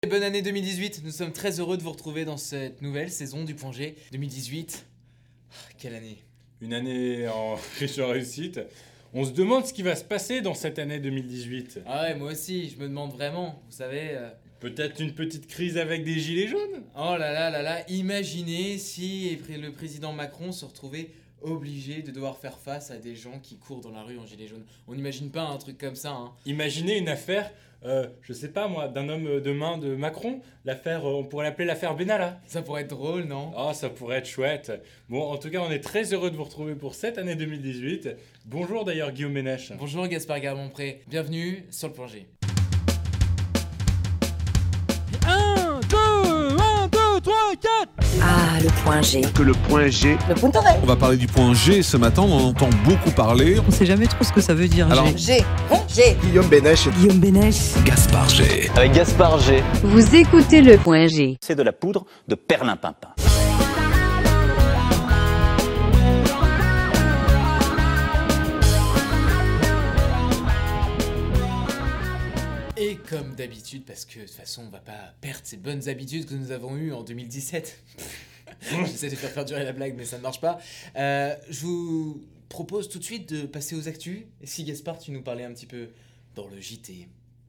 Et bonne année 2018, nous sommes très heureux de vous retrouver dans cette nouvelle saison du Point G. 2018, quelle année. Une année en riche en réussite. On se demande ce qui va se passer dans cette année 2018. Ah ouais, moi aussi, je me demande vraiment, vous savez... Peut-être une petite crise avec des gilets jaunes. Oh là là là là, imaginez si le président Macron se retrouvait obligé de devoir faire face à des gens qui courent dans la rue en gilet jaune. On n'imagine pas un truc comme ça, hein. Imaginez une affaire, je sais pas moi, d'un homme de main de Macron. L'affaire, on pourrait l'appeler l'affaire Benalla. Ça pourrait être drôle, non? Oh, ça pourrait être chouette. Bon, en tout cas, on est très heureux de vous retrouver pour cette année 2018. Bonjour d'ailleurs Guillaume Ménech. Bonjour Gaspard Garmont-Pré, bienvenue sur le Point G. 1, 2, 3, 4. Ah, le point G. Que le point G. Le punto G. On va parler du point G ce matin, on en entend beaucoup parler. On sait jamais trop ce que ça veut dire. Alors, G. G. Guillaume Bénèche. Guillaume Bénèche. Gaspard G. Avec Gaspard G. Vous écoutez le Point G. C'est de la poudre de perlimpinpin. Et comme d'habitude, parce que de toute façon on va pas perdre ces bonnes habitudes que nous avons eues en 2017. J'essaie de faire durer la blague mais ça ne marche pas. Je vous propose tout de suite de passer aux actus. Et si Gaspard tu nous parlais un petit peu dans le JT.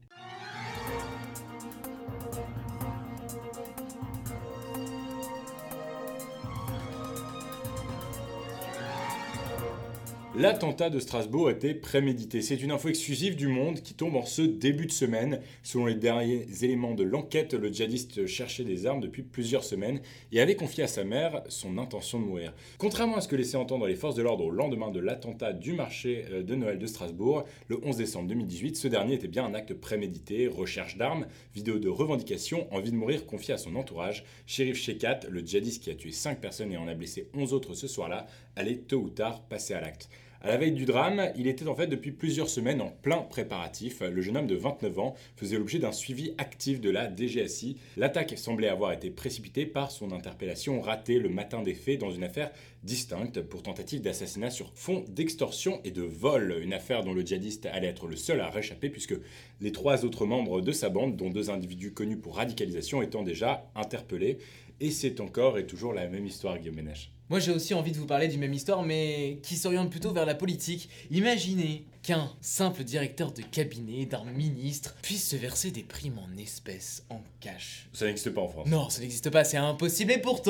L'attentat de Strasbourg était prémédité. C'est une info exclusive du Monde qui tombe en ce début de semaine. Selon les derniers éléments de l'enquête, le djihadiste cherchait des armes depuis plusieurs semaines et avait confié à sa mère son intention de mourir. Contrairement à ce que laissaient entendre les forces de l'ordre au lendemain de l'attentat du marché de Noël de Strasbourg, le 11 décembre 2018, ce dernier était bien un acte prémédité, recherche d'armes, vidéo de revendication, envie de mourir confiée à son entourage. Chérif Shekat, le djihadiste qui a tué 5 personnes et en a blessé 11 autres ce soir-là, allait tôt ou tard passer à l'acte. À la veille du drame, il était en fait depuis plusieurs semaines en plein préparatif. Le jeune homme de 29 ans faisait l'objet d'un suivi actif de la DGSI. L'attaque semblait avoir été précipitée par son interpellation ratée le matin des faits dans une affaire distincte pour tentative d'assassinat sur fond d'extorsion et de vol. Une affaire dont le djihadiste allait être le seul à réchapper puisque les 3 autres membres de sa bande, dont 2 individus connus pour radicalisation, étant déjà interpellés. Et c'est encore et toujours la même histoire, Guillaume Ménech. Moi j'ai aussi envie de vous parler d'une même histoire mais qui s'oriente plutôt vers la politique. Imaginez qu'un simple directeur de cabinet d'un ministre puisse se verser des primes en espèces, en cash. Ça n'existe pas en France. Non, ça n'existe pas, c'est impossible.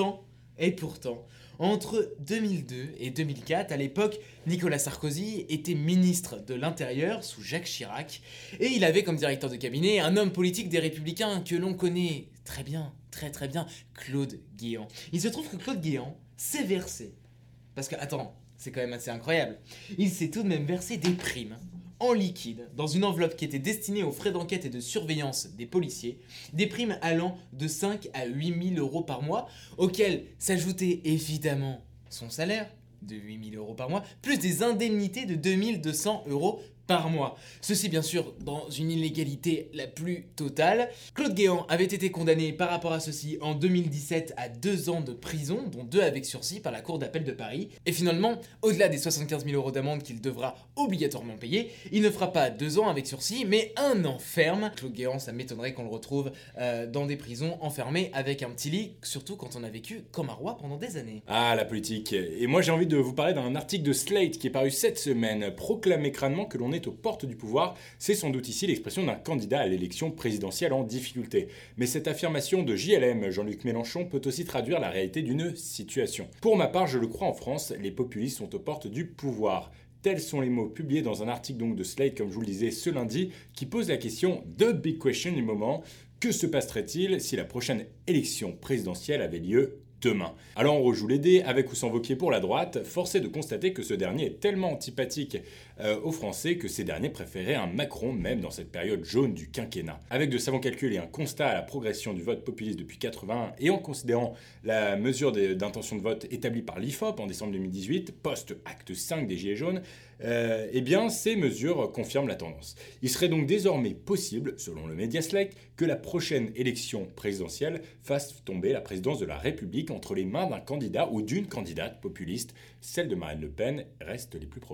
Et pourtant, entre 2002 et 2004, à l'époque, Nicolas Sarkozy était ministre de l'Intérieur sous Jacques Chirac et il avait comme directeur de cabinet un homme politique des Républicains que l'on connaît très bien, très bien, Claude Guéant. Il se trouve que Claude Guéant s'est versé, parce que, attends, c'est quand même assez incroyable, il s'est tout de même versé des primes en liquide dans une enveloppe qui était destinée aux frais d'enquête et de surveillance des policiers, des primes allant de 5 à 8 000 euros par mois, auxquelles s'ajoutait évidemment son salaire de 8 000 euros par mois, plus des indemnités de 2 200 euros par mois. Ceci bien sûr dans une illégalité la plus totale. Claude Guéant avait été condamné par rapport à ceci en 2017 à 2 ans de prison, dont 2 avec sursis par la Cour d'appel de Paris. Et finalement, au-delà des 75 000 euros d'amende qu'il devra obligatoirement payer, il ne fera pas 2 ans avec sursis, mais 1 an ferme. Claude Guéant, ça m'étonnerait qu'on le retrouve dans des prisons enfermé avec un petit lit, surtout quand on a vécu comme un roi pendant des années. Ah, la politique. Et moi j'ai envie de vous parler d'un article de Slate qui est paru cette semaine. Proclamer crânement que l'on est aux portes du pouvoir, c'est sans doute ici l'expression d'un candidat à l'élection présidentielle en difficulté. Mais cette affirmation de JLM, Jean-Luc Mélenchon, peut aussi traduire la réalité d'une situation. Pour ma part, je le crois en France, les populistes sont aux portes du pouvoir. Tels sont les mots publiés dans un article donc de Slate, comme je vous le disais ce lundi, qui pose la question The Big Question du moment. Que se passerait-il si la prochaine élection présidentielle avait lieu demain? Alors on rejoue les dés, avec ou sans Wauquiez pour la droite, force est de constater que ce dernier est tellement antipathique aux Français que ces derniers préféraient un Macron même dans cette période jaune du quinquennat. Avec de savants calculs et un constat à la progression du vote populiste depuis 81 et en considérant la mesure d'intention de vote établie par l'IFOP en décembre 2018, post-acte 5 des Gilets jaunes, eh bien ces mesures confirment la tendance. Il serait donc désormais possible, selon le média Slate, que la prochaine élection présidentielle fasse tomber la présidence de la République entre les mains d'un candidat ou d'une candidate populiste. Celle de Marine Le Pen reste les plus probables.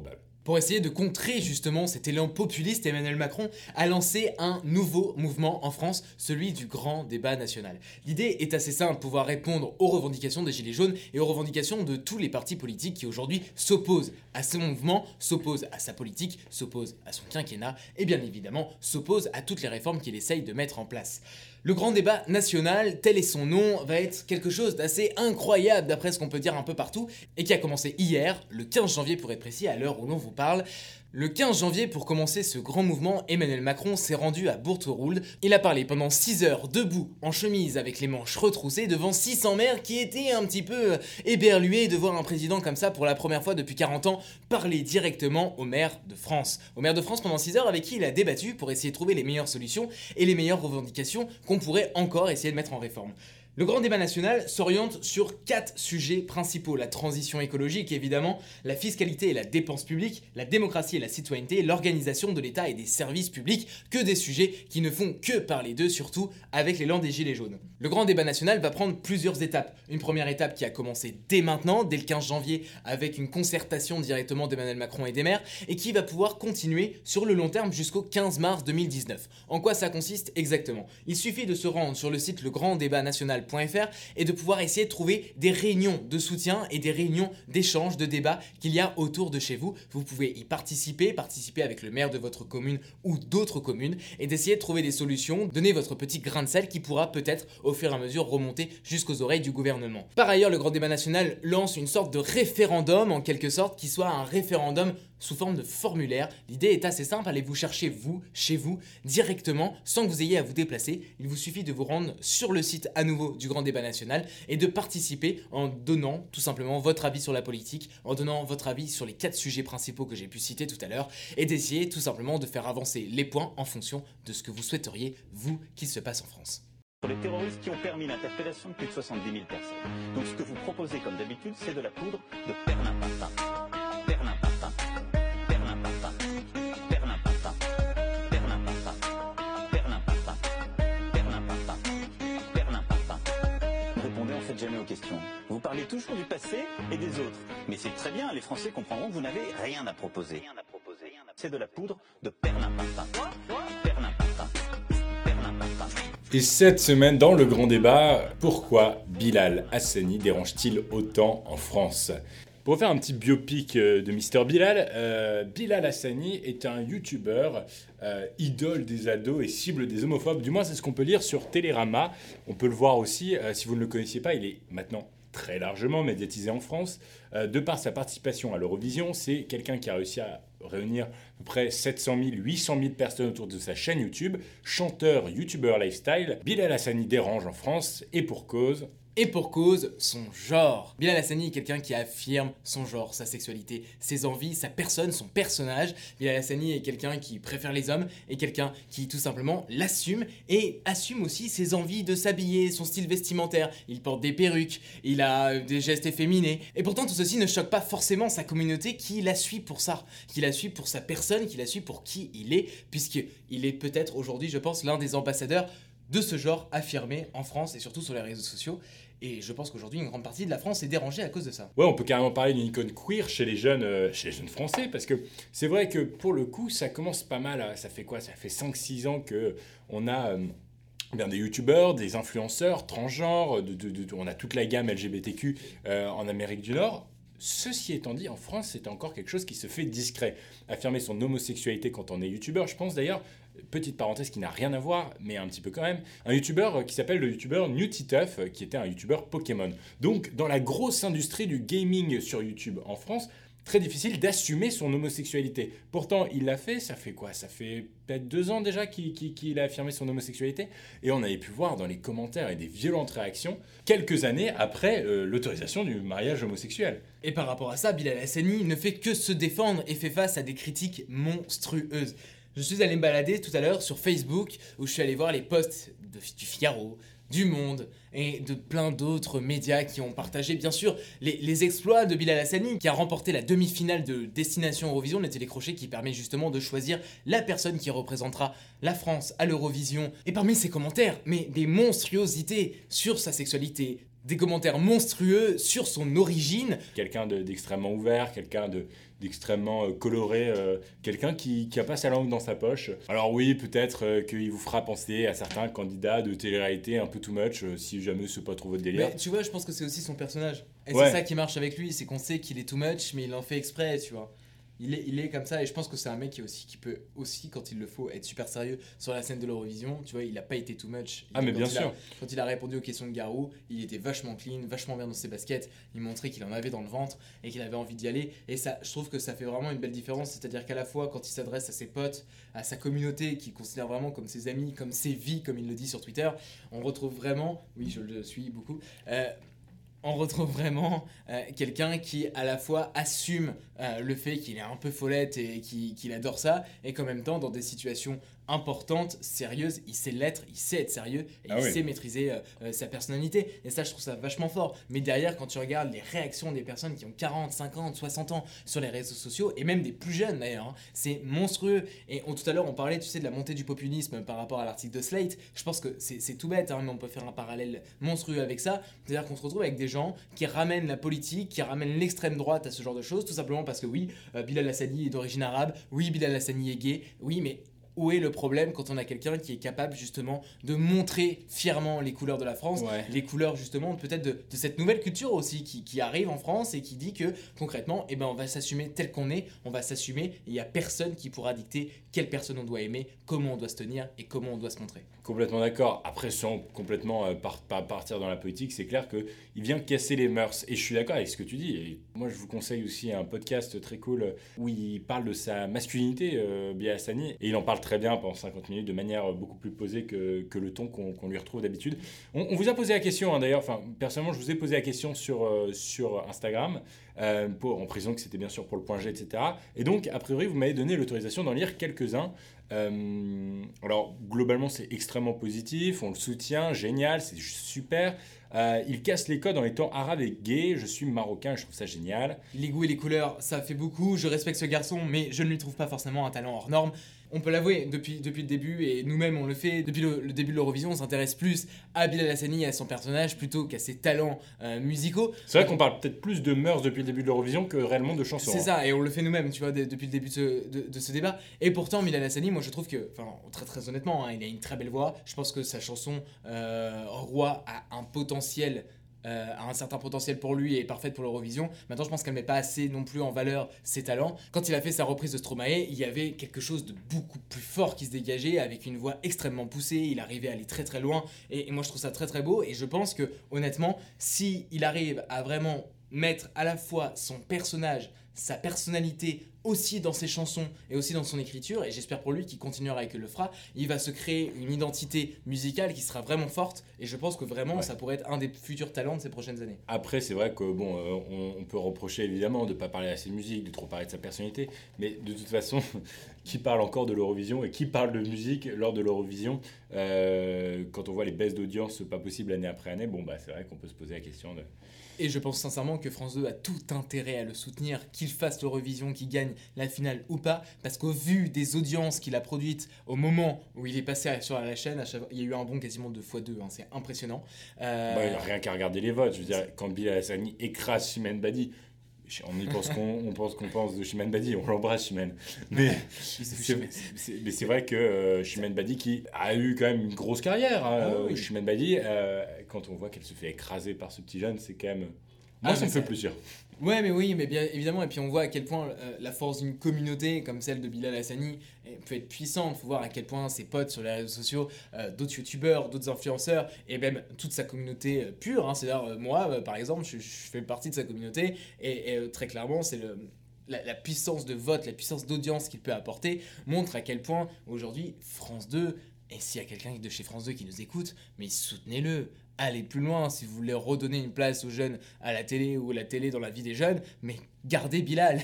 Pour essayer de contrer justement cet élan populiste, Emmanuel Macron a lancé un nouveau mouvement en France, celui du grand débat national. L'idée est assez simple, pouvoir répondre aux revendications des Gilets jaunes et aux revendications de tous les partis politiques qui aujourd'hui s'opposent à ce mouvement, s'opposent à sa politique, s'opposent à son quinquennat et bien évidemment s'opposent à toutes les réformes qu'il essaye de mettre en place. Le grand débat national, tel est son nom, va être quelque chose d'assez incroyable d'après ce qu'on peut dire un peu partout et qui a commencé hier, le 15 janvier pour être précis, à l'heure où l'on vous parle. Le 15 janvier, pour commencer ce grand mouvement, Emmanuel Macron s'est rendu à Bourg-Roulde. Il a parlé pendant 6 heures debout, en chemise, avec les manches retroussées, devant 600 maires qui étaient un petit peu éberlués de voir un président comme ça pour la première fois depuis 40 ans parler directement aux maires de France. Aux maires de France pendant 6 heures avec qui il a débattu pour essayer de trouver les meilleures solutions et les meilleures revendications qu'on pourrait encore essayer de mettre en réforme. Le grand débat national s'oriente sur 4 sujets principaux. La transition écologique évidemment, la fiscalité et la dépense publique, la démocratie et la citoyenneté, l'organisation de l'État et des services publics, que des sujets qui ne font que parler d'eux, surtout avec l'élan des Gilets jaunes. Le grand débat national va prendre plusieurs étapes. Une première étape qui a commencé dès maintenant, dès le 15 janvier, avec une concertation directement d'Emmanuel Macron et des maires, et qui va pouvoir continuer sur le long terme jusqu'au 15 mars 2019. En quoi ça consiste exactement? Il suffit de se rendre sur le site legranddébatnational.fr et de pouvoir essayer de trouver des réunions de soutien et des réunions d'échange, de débat qu'il y a autour de chez vous. Vous pouvez y participer avec le maire de votre commune ou d'autres communes et d'essayer de trouver des solutions, donner votre petit grain de sel qui pourra peut-être au fur et à mesure remonter jusqu'aux oreilles du gouvernement. Par ailleurs, le grand débat national lance une sorte de référendum en quelque sorte qui soit un référendum sous forme de formulaire. L'idée est assez simple, allez vous chercher vous, chez vous, directement, sans que vous ayez à vous déplacer. Il vous suffit de vous rendre sur le site à nouveau du grand débat national et de participer en donnant tout simplement votre avis sur la politique, en donnant votre avis sur les 4 sujets principaux que j'ai pu citer tout à l'heure et d'essayer tout simplement de faire avancer les points en fonction de ce que vous souhaiteriez, vous, qu'il se passe en France. Sur les terroristes qui ont permis l'interpellation de plus de 70 000 personnes. Donc ce que vous proposez comme d'habitude, c'est de la poudre de perlimpinpin. Perlimpinpin. Perlimpinpin. Perlimpinpin. Perlimpinpin. Perlimpinpin. Perlimpinpin. Perlimpinpin. Vous répondez en fait jamais aux questions. Vous parlez toujours du passé et des autres. Mais c'est très bien, les Français comprendront que vous n'avez rien à proposer. C'est de la poudre de perlimpinpin. Perlimpinpin. Perlimpinpin. Et cette semaine, dans le grand débat, pourquoi Bilal Hassani dérange-t-il autant en France ? Pour faire un petit biopic de Mr Bilal, Bilal Hassani est un youtubeur, idole des ados et cible des homophobes. Du moins, c'est ce qu'on peut lire sur Télérama. On peut le voir aussi, si vous ne le connaissiez pas, il est maintenant très largement médiatisé en France. De par sa participation à l'Eurovision, c'est quelqu'un qui a réussi à réunir à peu près 700 000, 800 000 personnes autour de sa chaîne YouTube. Chanteur, youtubeur lifestyle, Bilal Hassani dérange en France et pour cause. Et pour cause, son genre. Bilal Hassani est quelqu'un qui affirme son genre, sa sexualité, ses envies, sa personne, son personnage. Bilal Hassani est quelqu'un qui préfère les hommes et quelqu'un qui tout simplement l'assume et assume aussi ses envies de s'habiller, son style vestimentaire. Il porte des perruques, il a des gestes efféminés. Et pourtant tout ceci ne choque pas forcément sa communauté qui la suit pour ça, qui la suit pour sa personne, qui la suit pour qui il est, puisqu'il est peut-être aujourd'hui, je pense, l'un des ambassadeurs de ce genre affirmé en France et surtout sur les réseaux sociaux. Et je pense qu'aujourd'hui, une grande partie de la France est dérangée à cause de ça. Ouais, on peut carrément parler d'une icône queer chez les jeunes français, parce que c'est vrai que pour le coup, ça commence pas mal. Ça fait quoi ? Ça fait 5-6 ans qu'on a des youtubeurs, des influenceurs transgenres, on a toute la gamme LGBTQ en Amérique du Nord. Ceci étant dit, en France, c'est encore quelque chose qui se fait discret. Affirmer son homosexualité quand on est youtubeur, je pense d'ailleurs, petite parenthèse qui n'a rien à voir, mais un petit peu quand même, un youtubeur qui s'appelle le youtubeur Newtituff, qui était un youtubeur Pokémon. Donc, dans la grosse industrie du gaming sur YouTube en France, très difficile d'assumer son homosexualité. Pourtant, il l'a fait, ça fait quoi ? Ça fait peut-être 2 ans déjà qu'il a affirmé son homosexualité. Et on avait pu voir dans les commentaires et des violentes réactions, quelques années après l'autorisation du mariage homosexuel. Et par rapport à ça, Bilal Hassani ne fait que se défendre et fait face à des critiques monstrueuses. Je suis allé me balader tout à l'heure sur Facebook, où je suis allé voir les posts du Figaro, du Monde et de plein d'autres médias qui ont partagé bien sûr les exploits de Bilal Hassani, qui a remporté la demi-finale de Destination Eurovision, le télécrochet qui permet justement de choisir la personne qui représentera la France à l'Eurovision. Et parmi ces commentaires, mais des monstruosités sur sa sexualité, des commentaires monstrueux sur son origine. Quelqu'un d'extrêmement ouvert, quelqu'un d'extrêmement coloré, quelqu'un qui a pas sa langue dans sa poche. Alors oui, peut-être qu'il vous fera penser à certains candidats de télé-réalité un peu too much, si jamais c'est pas trop votre délire. Mais tu vois, je pense que c'est aussi son personnage. Et Ouais. c'est ça qui marche avec lui, c'est qu'on sait qu'il est too much, mais il en fait exprès, tu vois. Il est comme ça, et je pense que c'est un mec qui peut aussi, quand il le faut, être super sérieux sur la scène de l'Eurovision. Tu vois, il a pas été too much. Ah, mais Quand bien il a- sûr. Quand il a répondu aux questions de Garou, il était vachement clean, vachement bien dans ses baskets. Il montrait qu'il en avait dans le ventre et qu'il avait envie d'y aller. Et ça, je trouve que ça fait vraiment une belle différence. C'est-à-dire qu'à la fois, quand il s'adresse à ses potes, à sa communauté, qu'il considère vraiment comme ses amis, comme ses vies, comme il le dit sur Twitter, on retrouve vraiment, oui, je le suis beaucoup, on retrouve vraiment quelqu'un qui à la fois assume le fait qu'il est un peu follette et qu'il adore ça, et qu'en même temps dans des situations importantes, sérieuses, il sait l'être, il sait être sérieux et il sait maîtriser sa personnalité, et ça je trouve ça vachement fort. Mais derrière, quand tu regardes les réactions des personnes qui ont 40, 50, 60 ans sur les réseaux sociaux, et même des plus jeunes d'ailleurs, hein, c'est monstrueux. Et tout à l'heure on parlait, tu sais, de la montée du populisme par rapport à l'article de Slate. Je pense que c'est tout bête, hein, mais on peut faire un parallèle monstrueux avec ça. C'est-à-dire qu'on se retrouve avec des gens qui ramènent la politique, qui ramènent l'extrême droite à ce genre de choses, tout simplement parce que oui, Bilal Hassani est d'origine arabe, oui, Bilal Hassani est gay, oui, mais où est le problème quand on a quelqu'un qui est capable justement de montrer fièrement les couleurs de la France, les couleurs justement peut-être de cette nouvelle culture aussi qui arrive en France, et qui dit que concrètement, eh ben, on va s'assumer tel qu'on est, on va s'assumer, et il n'y a personne qui pourra dicter quelle personne on doit aimer, comment on doit se tenir et comment on doit se montrer. Complètement d'accord. Après, sans complètement partir dans la politique, c'est clair qu'il vient casser les mœurs. Et je suis d'accord avec ce que tu dis. Et moi, je vous conseille aussi un podcast très cool où il parle de sa masculinité, Bilal Hassani. Et il en parle très bien pendant 50 minutes de manière beaucoup plus posée que le ton qu'on lui retrouve d'habitude. On vous a posé la question, hein, d'ailleurs. Enfin, personnellement, je vous ai posé la question sur Instagram, en précisant que c'était bien sûr pour le point G, etc. Et donc, a priori, vous m'avez donné l'autorisation d'en lire quelques-uns. Alors globalement c'est extrêmement positif, on le soutient, génial, c'est super. Il casse les codes en étant arabe et gay, je suis marocain, je trouve ça génial. Les goûts et les couleurs, ça fait beaucoup, je respecte ce garçon, mais je ne lui trouve pas forcément un talent hors norme. On peut l'avouer, depuis le début, et nous-mêmes on le fait, depuis le début de l'Eurovision, on s'intéresse plus à Bilal Hassani et à son personnage plutôt qu'à ses talents musicaux. C'est vrai qu'on parle peut-être plus de mœurs depuis le début de l'Eurovision que réellement de chansons. C'est ça, et on le fait nous-mêmes, tu vois, depuis le début de ce débat. Et pourtant, Bilal Hassani, moi je trouve que, enfin, très très honnêtement, hein, il a une très belle voix. Je pense que sa chanson Roi a un potentiel, a un certain potentiel pour lui et est parfaite pour l'Eurovision. Maintenant, je pense qu'elle met pas assez non plus en valeur ses talents. Quand il a fait sa reprise de Stromae, il y avait quelque chose de beaucoup plus fort qui se dégageait, avec une voix extrêmement poussée. Il arrivait à aller très très loin, et moi je trouve ça très très beau. Et je pense que honnêtement, si il arrive à vraiment mettre à la fois son personnage, sa personnalité aussi dans ses chansons et aussi dans son écriture, et j'espère pour lui qu'il continuera et qu'il le fera, il va se créer une identité musicale qui sera vraiment forte, et je pense que vraiment ça pourrait être un des futurs talents de ces prochaines années. Après, c'est vrai que bon, on peut reprocher évidemment de ne pas parler assez de musique, de trop parler de sa personnalité, mais de toute façon, qui parle encore de l'Eurovision et qui parle de musique lors de l'Eurovision, quand on voit les baisses d'audience pas possibles année après année, bon bah c'est vrai qu'on peut se poser la question de... Et je pense sincèrement que France 2 a tout intérêt à le soutenir, qu'il fasse l'Eurovision, qu'il gagne la finale ou pas, parce qu'au vu des audiences qu'il a produites au moment où il est passé sur la chaîne, il y a eu un bond quasiment 2x2, hein, c'est impressionnant. Rien qu'à regarder les votes, je veux dire, quand Bilal Hassani écrase Chimène Badi, on y pense qu'on pense de Chimène Badi, on l'embrasse Chimène. Mais c'est vrai que Chimène Badi qui a eu quand même une grosse carrière, hein, oui. Chimène Badi, quand on voit qu'elle se fait écraser par ce petit jeune, c'est quand même... Moi, ça me fait plaisir. Ouais, mais oui, mais bien évidemment, et puis on voit à quel point la force d'une communauté comme celle de Bilal Hassani peut être puissante. Il faut voir à quel point ses potes sur les réseaux sociaux, d'autres youtubeurs, d'autres influenceurs, et même toute sa communauté pure, hein, c'est-à-dire moi, par exemple, je fais partie de sa communauté, et très clairement, c'est la puissance de vote, la puissance d'audience qu'il peut apporter, montre à quel point aujourd'hui France 2, et s'il y a quelqu'un de chez France 2 qui nous écoute, mais soutenez-le. Allez plus loin si vous voulez redonner une place aux jeunes à la télé, ou la télé dans la vie des jeunes, mais gardez Bilal.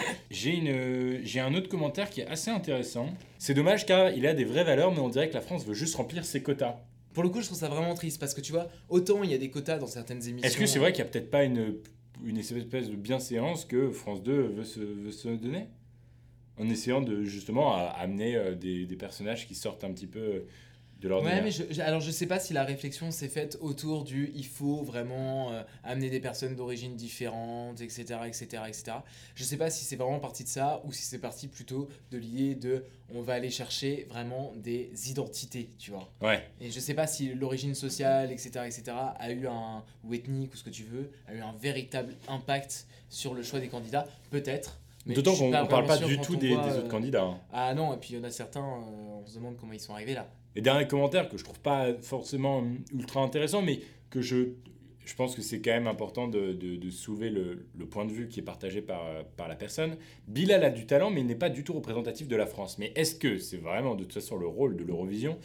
J'ai un autre commentaire qui est assez intéressant. C'est dommage car il a des vraies valeurs, mais on dirait que la France veut juste remplir ses quotas. Pour le coup, je trouve ça vraiment triste, parce que tu vois, autant il y a des quotas dans certaines émissions... Est-ce que c'est vrai qu'il n'y a peut-être pas une espèce de bienséance que France 2 veut se donner ? En essayant de justement amener des personnages qui sortent un petit peu de l'ordinaire. Ouais, mais alors je sais pas si la réflexion s'est faite autour du il faut vraiment amener des personnes d'origine différentes, etc., etc., etc. Je sais pas si c'est vraiment parti de ça ou si c'est parti plutôt de l'idée de on va aller chercher vraiment des identités, tu vois. Ouais. Et je sais pas si l'origine sociale, etc., etc., a eu ou ethnique ou ce que tu veux, a eu un véritable impact sur le choix des candidats, peut-être. Mais D'autant je suis qu'on ne parle vraiment pas sûr du quand tout on des voit, autres candidats. Hein. Ah non, et puis il y en a certains, on se demande comment ils sont arrivés là. Et dernier commentaire que je trouve pas forcément ultra intéressant, mais que je pense que c'est quand même important de soulever le point de vue qui est partagé par la personne. Bilal a du talent, mais il n'est pas du tout représentatif de la France. Mais est-ce que c'est vraiment de toute façon le rôle de l'Eurovision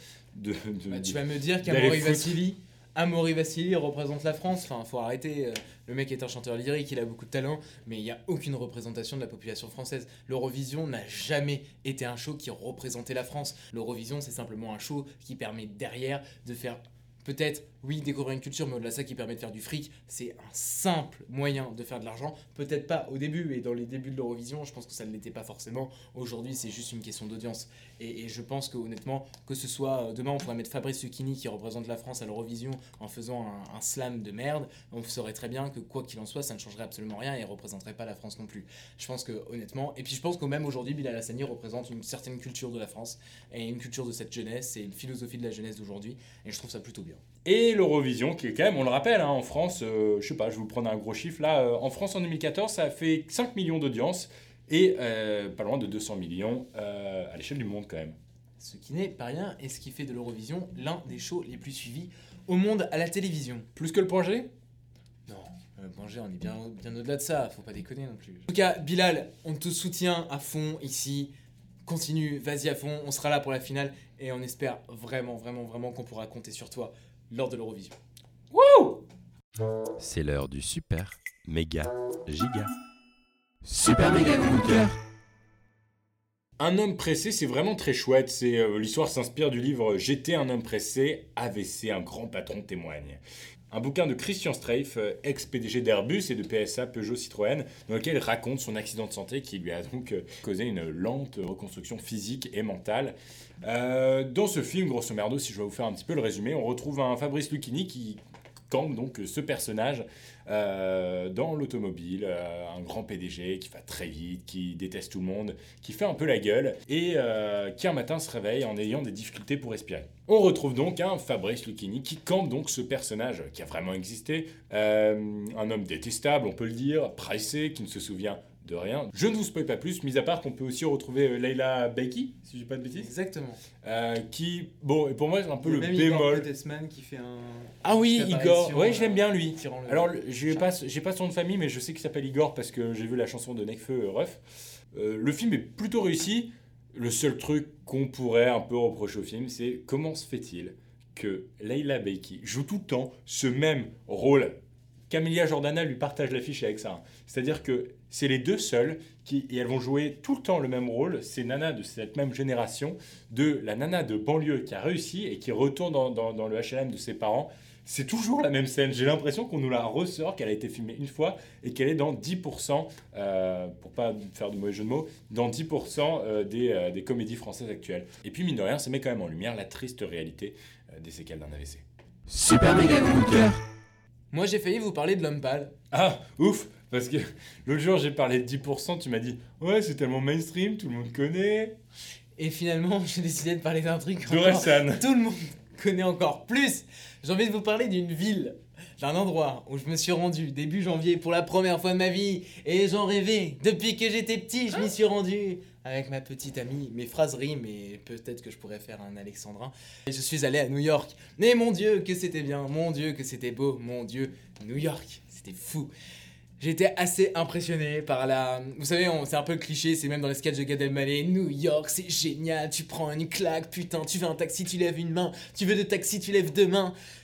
Tu vas me dire d'aller Amaury Vassili représente la France. Enfin, faut arrêter. Le mec est un chanteur lyrique, il a beaucoup de talent, mais il n'y a aucune représentation de la population française. L'Eurovision n'a jamais été un show qui représentait la France. L'Eurovision, c'est simplement un show qui permet derrière de faire peut-être, oui, découvrir une culture, mais au-delà de ça, qui permet de faire du fric. C'est un simple moyen de faire de l'argent. Peut-être pas au début, et dans les débuts de l'Eurovision, je pense que ça ne l'était pas forcément. Aujourd'hui, c'est juste une question d'audience. Et je pense que honnêtement, que ce soit demain, on pourrait mettre Fabrice Lucchini qui représente la France à l'Eurovision en faisant un slam de merde. On saurait très bien que quoi qu'il en soit, ça ne changerait absolument rien et ne représenterait pas la France non plus. Je pense que honnêtement, et puis je pense que même aujourd'hui, Bilal Hassani représente une certaine culture de la France et une culture de cette jeunesse et une philosophie de la jeunesse d'aujourd'hui. Et je trouve ça plutôt bien. Et l'Eurovision, qui est quand même, on le rappelle, hein, en France, je sais pas, je vais vous prendre un gros chiffre là, en France en 2014, ça a fait 5 millions d'audience et pas loin de 200 millions à l'échelle du monde quand même. Ce qui n'est pas rien et ce qui fait de l'Eurovision l'un des shows les plus suivis au monde à la télévision. Plus que le point G ? Non, point G, on est bien au-delà de ça, faut pas déconner non plus. En tout cas, Bilal, on te soutient à fond ici. Continue, vas-y à fond, on sera là pour la finale et on espère vraiment, vraiment, vraiment qu'on pourra compter sur toi lors de l'Eurovision. Wouh ! C'est l'heure du super, méga, giga. Super méga coup de cœur. Un homme pressé, c'est vraiment très chouette. L'histoire s'inspire du livre J'étais un homme pressé, AVC, un grand patron témoigne. Un bouquin de Christian Streif, ex-PDG d'Airbus et de PSA Peugeot Citroën, dans lequel il raconte son accident de santé qui lui a donc causé une lente reconstruction physique et mentale. Dans ce film, grosso merdo, si je vais vous faire un petit peu le résumé, on retrouve un Fabrice Lucchini qui campe donc ce personnage dans l'automobile, un grand PDG qui va très vite, qui déteste tout le monde, qui fait un peu la gueule et qui un matin se réveille en ayant des difficultés pour respirer. On retrouve donc un Fabrice Lucchini qui campe donc ce personnage qui a vraiment existé, un homme détestable, on peut le dire, pressé, qui ne se souvient de rien. Je ne vous spoil pas plus, mis à part qu'on peut aussi retrouver Leila Bekki, si je dis pas de bêtises. Exactement. Qui, bon, et pour moi, c'est un peu le même bémol. Igor Desman qui fait un... Ah oui, Igor, apparition, ouais, je l'aime bien lui. Alors, j'ai chat. pas son nom de famille, mais je sais qu'il s'appelle Igor parce que j'ai vu la chanson de Nekfeu, Ref. Le film est plutôt réussi. Le seul truc qu'on pourrait un peu reprocher au film, c'est comment se fait-il que Leila Bekki joue tout le temps ce même rôle qu'Amelia Jordana lui partage l'affiche avec ça. C'est-à-dire que c'est les deux seules et elles vont jouer tout le temps le même rôle. C'est Nana de cette même génération, de la nana de banlieue qui a réussi et qui retourne dans le HLM de ses parents. C'est toujours la même scène. J'ai l'impression qu'on nous la ressort, qu'elle a été filmée une fois et qu'elle est dans 10%, pour pas faire de mauvais jeu de mots, dans 10% des comédies françaises actuelles. Et puis, mine de rien, ça met quand même en lumière la triste réalité des séquelles d'un AVC. Super méga coup de cœur. Moi, j'ai failli vous parler de l'homme pâle. Ah, ouf! Parce que l'autre jour, j'ai parlé de 10%, tu m'as dit « Ouais, c'est tellement mainstream, tout le monde connaît. » Et finalement, j'ai décidé de parler d'un truc D'Orelsan. tout le monde connaît encore plus. J'ai envie de vous parler d'une ville, d'un endroit où je me suis rendu début janvier pour la première fois de ma vie. Et j'en rêvais. Depuis que j'étais petit, je m'y suis rendu avec ma petite amie. Mes phrases riment et peut-être que je pourrais faire un alexandrin. Et je suis allé à New York. Mais mon Dieu, que c'était bien. Mon Dieu, que c'était beau. Mon Dieu, New York, c'était fou. J'étais assez impressionné par la... Vous savez, c'est un peu cliché, c'est même dans les sketchs de Gad Elmaleh. New York, c'est génial, tu prends une claque, putain, tu veux un taxi, tu lèves une main. Tu veux de taxi, tu lèves deux mains.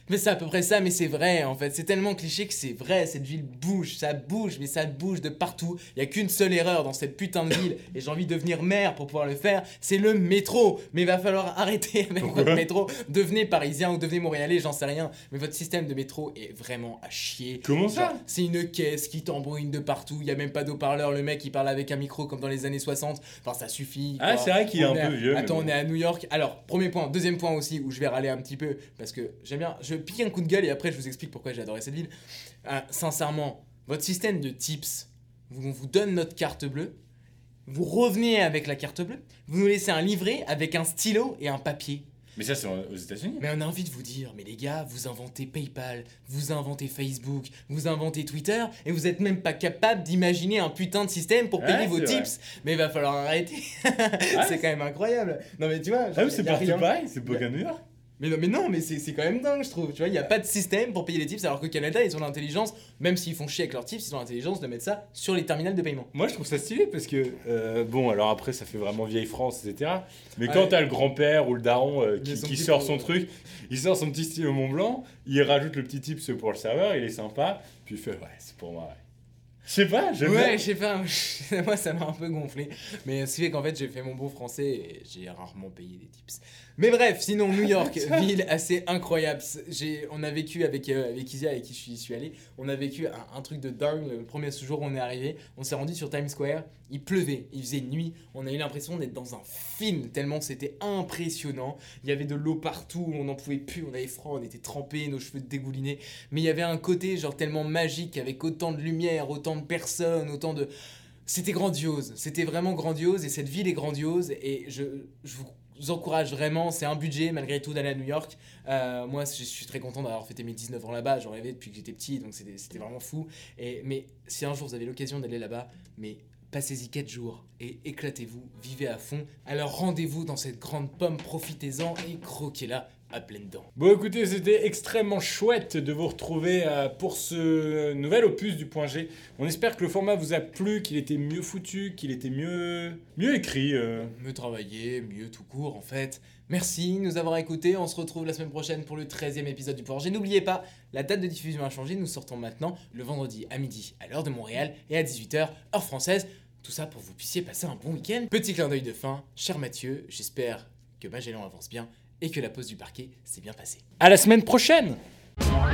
Mais c'est à peu près ça, mais c'est vrai en fait. C'est tellement cliché que c'est vrai. Cette ville bouge, mais ça bouge de partout. Il y a qu'une seule erreur dans cette putain de ville, et j'ai envie de devenir maire pour pouvoir le faire, c'est le métro. Mais il va falloir arrêter avec votre métro. Devenez parisien ou devenez montréalais, j'en sais rien. Mais votre système de métro est vraiment à chier. Comment ça? Genre, c'est une caisse qui t'embrouille de partout. Il y a même pas d'eau-parleur. Le mec il parle avec un micro comme dans les années 60. Enfin, ça suffit. Ah, quoi. c'est vrai qu'il est On un peu vieux. Attends, mais on bon. est à New York. Alors, premier point. Deuxième point aussi où je vais râler un petit peu parce que j'aime bien. Je pique un coup de gueule et après je vous explique pourquoi j'ai adoré cette ville. Sincèrement, votre système de tips, on vous donne notre carte bleue, vous revenez avec la carte bleue, vous nous laissez un livret avec un stylo et un papier. Mais ça, c'est aux États-Unis. Mais on a envie de vous dire, mais les gars, vous inventez PayPal, vous inventez Facebook, vous inventez Twitter, et vous êtes même pas capable d'imaginer un putain de système pour payer Ouais, vos c'est vrai. tips. Mais il va falloir arrêter. C'est quand même incroyable. Non mais tu vois, Ah oui, c'est y a parti rien. pareil, c'est pas qu'à New York. Mais non, mais c'est quand même dingue, je trouve. Tu vois, il n'y a pas de système pour payer les tips, alors qu'au Canada, ils ont l'intelligence, même s'ils font chier avec leurs tips, ils ont l'intelligence de mettre ça sur les terminals de paiement. Moi, je trouve ça stylé parce que, bon, alors après, ça fait vraiment vieille France, etc. Mais Ouais. quand t'as le grand-père ou le daron Il a son qui petit sort pot. son truc, il sort son petit stylo Mont Blanc, il rajoute le petit tips pour le serveur, il est sympa, puis il fait, ouais, c'est pour moi, ouais. Je sais pas, j'aime bien. Ouais, je sais pas, moi ça m'a un peu gonflé. Mais ce qui fait qu'en fait j'ai fait mon beau français et j'ai rarement payé des tips. Mais bref, sinon New York, ville assez incroyable. On a vécu avec Isia avec qui je suis allé, on a vécu un truc de dingue. Le premier jour où on est arrivé, on s'est rendu sur Times Square, il pleuvait, il faisait nuit, on a eu l'impression d'être dans un film tellement c'était impressionnant. Il y avait de l'eau partout, on n'en pouvait plus, on avait froid, on était trempés, nos cheveux dégoulinés. Mais il y avait un côté genre tellement magique avec autant de lumière, autant de personnes, autant de... C'était grandiose, c'était vraiment grandiose et cette ville est grandiose et je vous encourage vraiment, c'est un budget malgré tout d'aller à New York. Moi je suis très content d'avoir fêté mes 19 ans là-bas, j'en rêvais depuis que j'étais petit donc c'était vraiment fou. Mais si un jour vous avez l'occasion d'aller là-bas, mais passez-y 4 jours et éclatez-vous, vivez à fond. Alors rendez-vous dans cette grande pomme, profitez-en et croquez-la à pleines dents. Bon, écoutez, c'était extrêmement chouette de vous retrouver pour ce nouvel opus du Point G. On espère que le format vous a plu, qu'il était mieux foutu, qu'il était mieux écrit. Mieux travailler, mieux tout court en fait. Merci de nous avoir écoutés, on se retrouve la semaine prochaine pour le 13e épisode du Point G. N'oubliez pas, la date de diffusion a changé, nous sortons maintenant le vendredi à midi à l'heure de Montréal et à 18h heure française. Tout ça pour que vous puissiez passer un bon week-end. Petit clin d'œil de fin, cher Mathieu, j'espère que Magellan avance bien et que la pause du parquet s'est bien passée. À la semaine prochaine!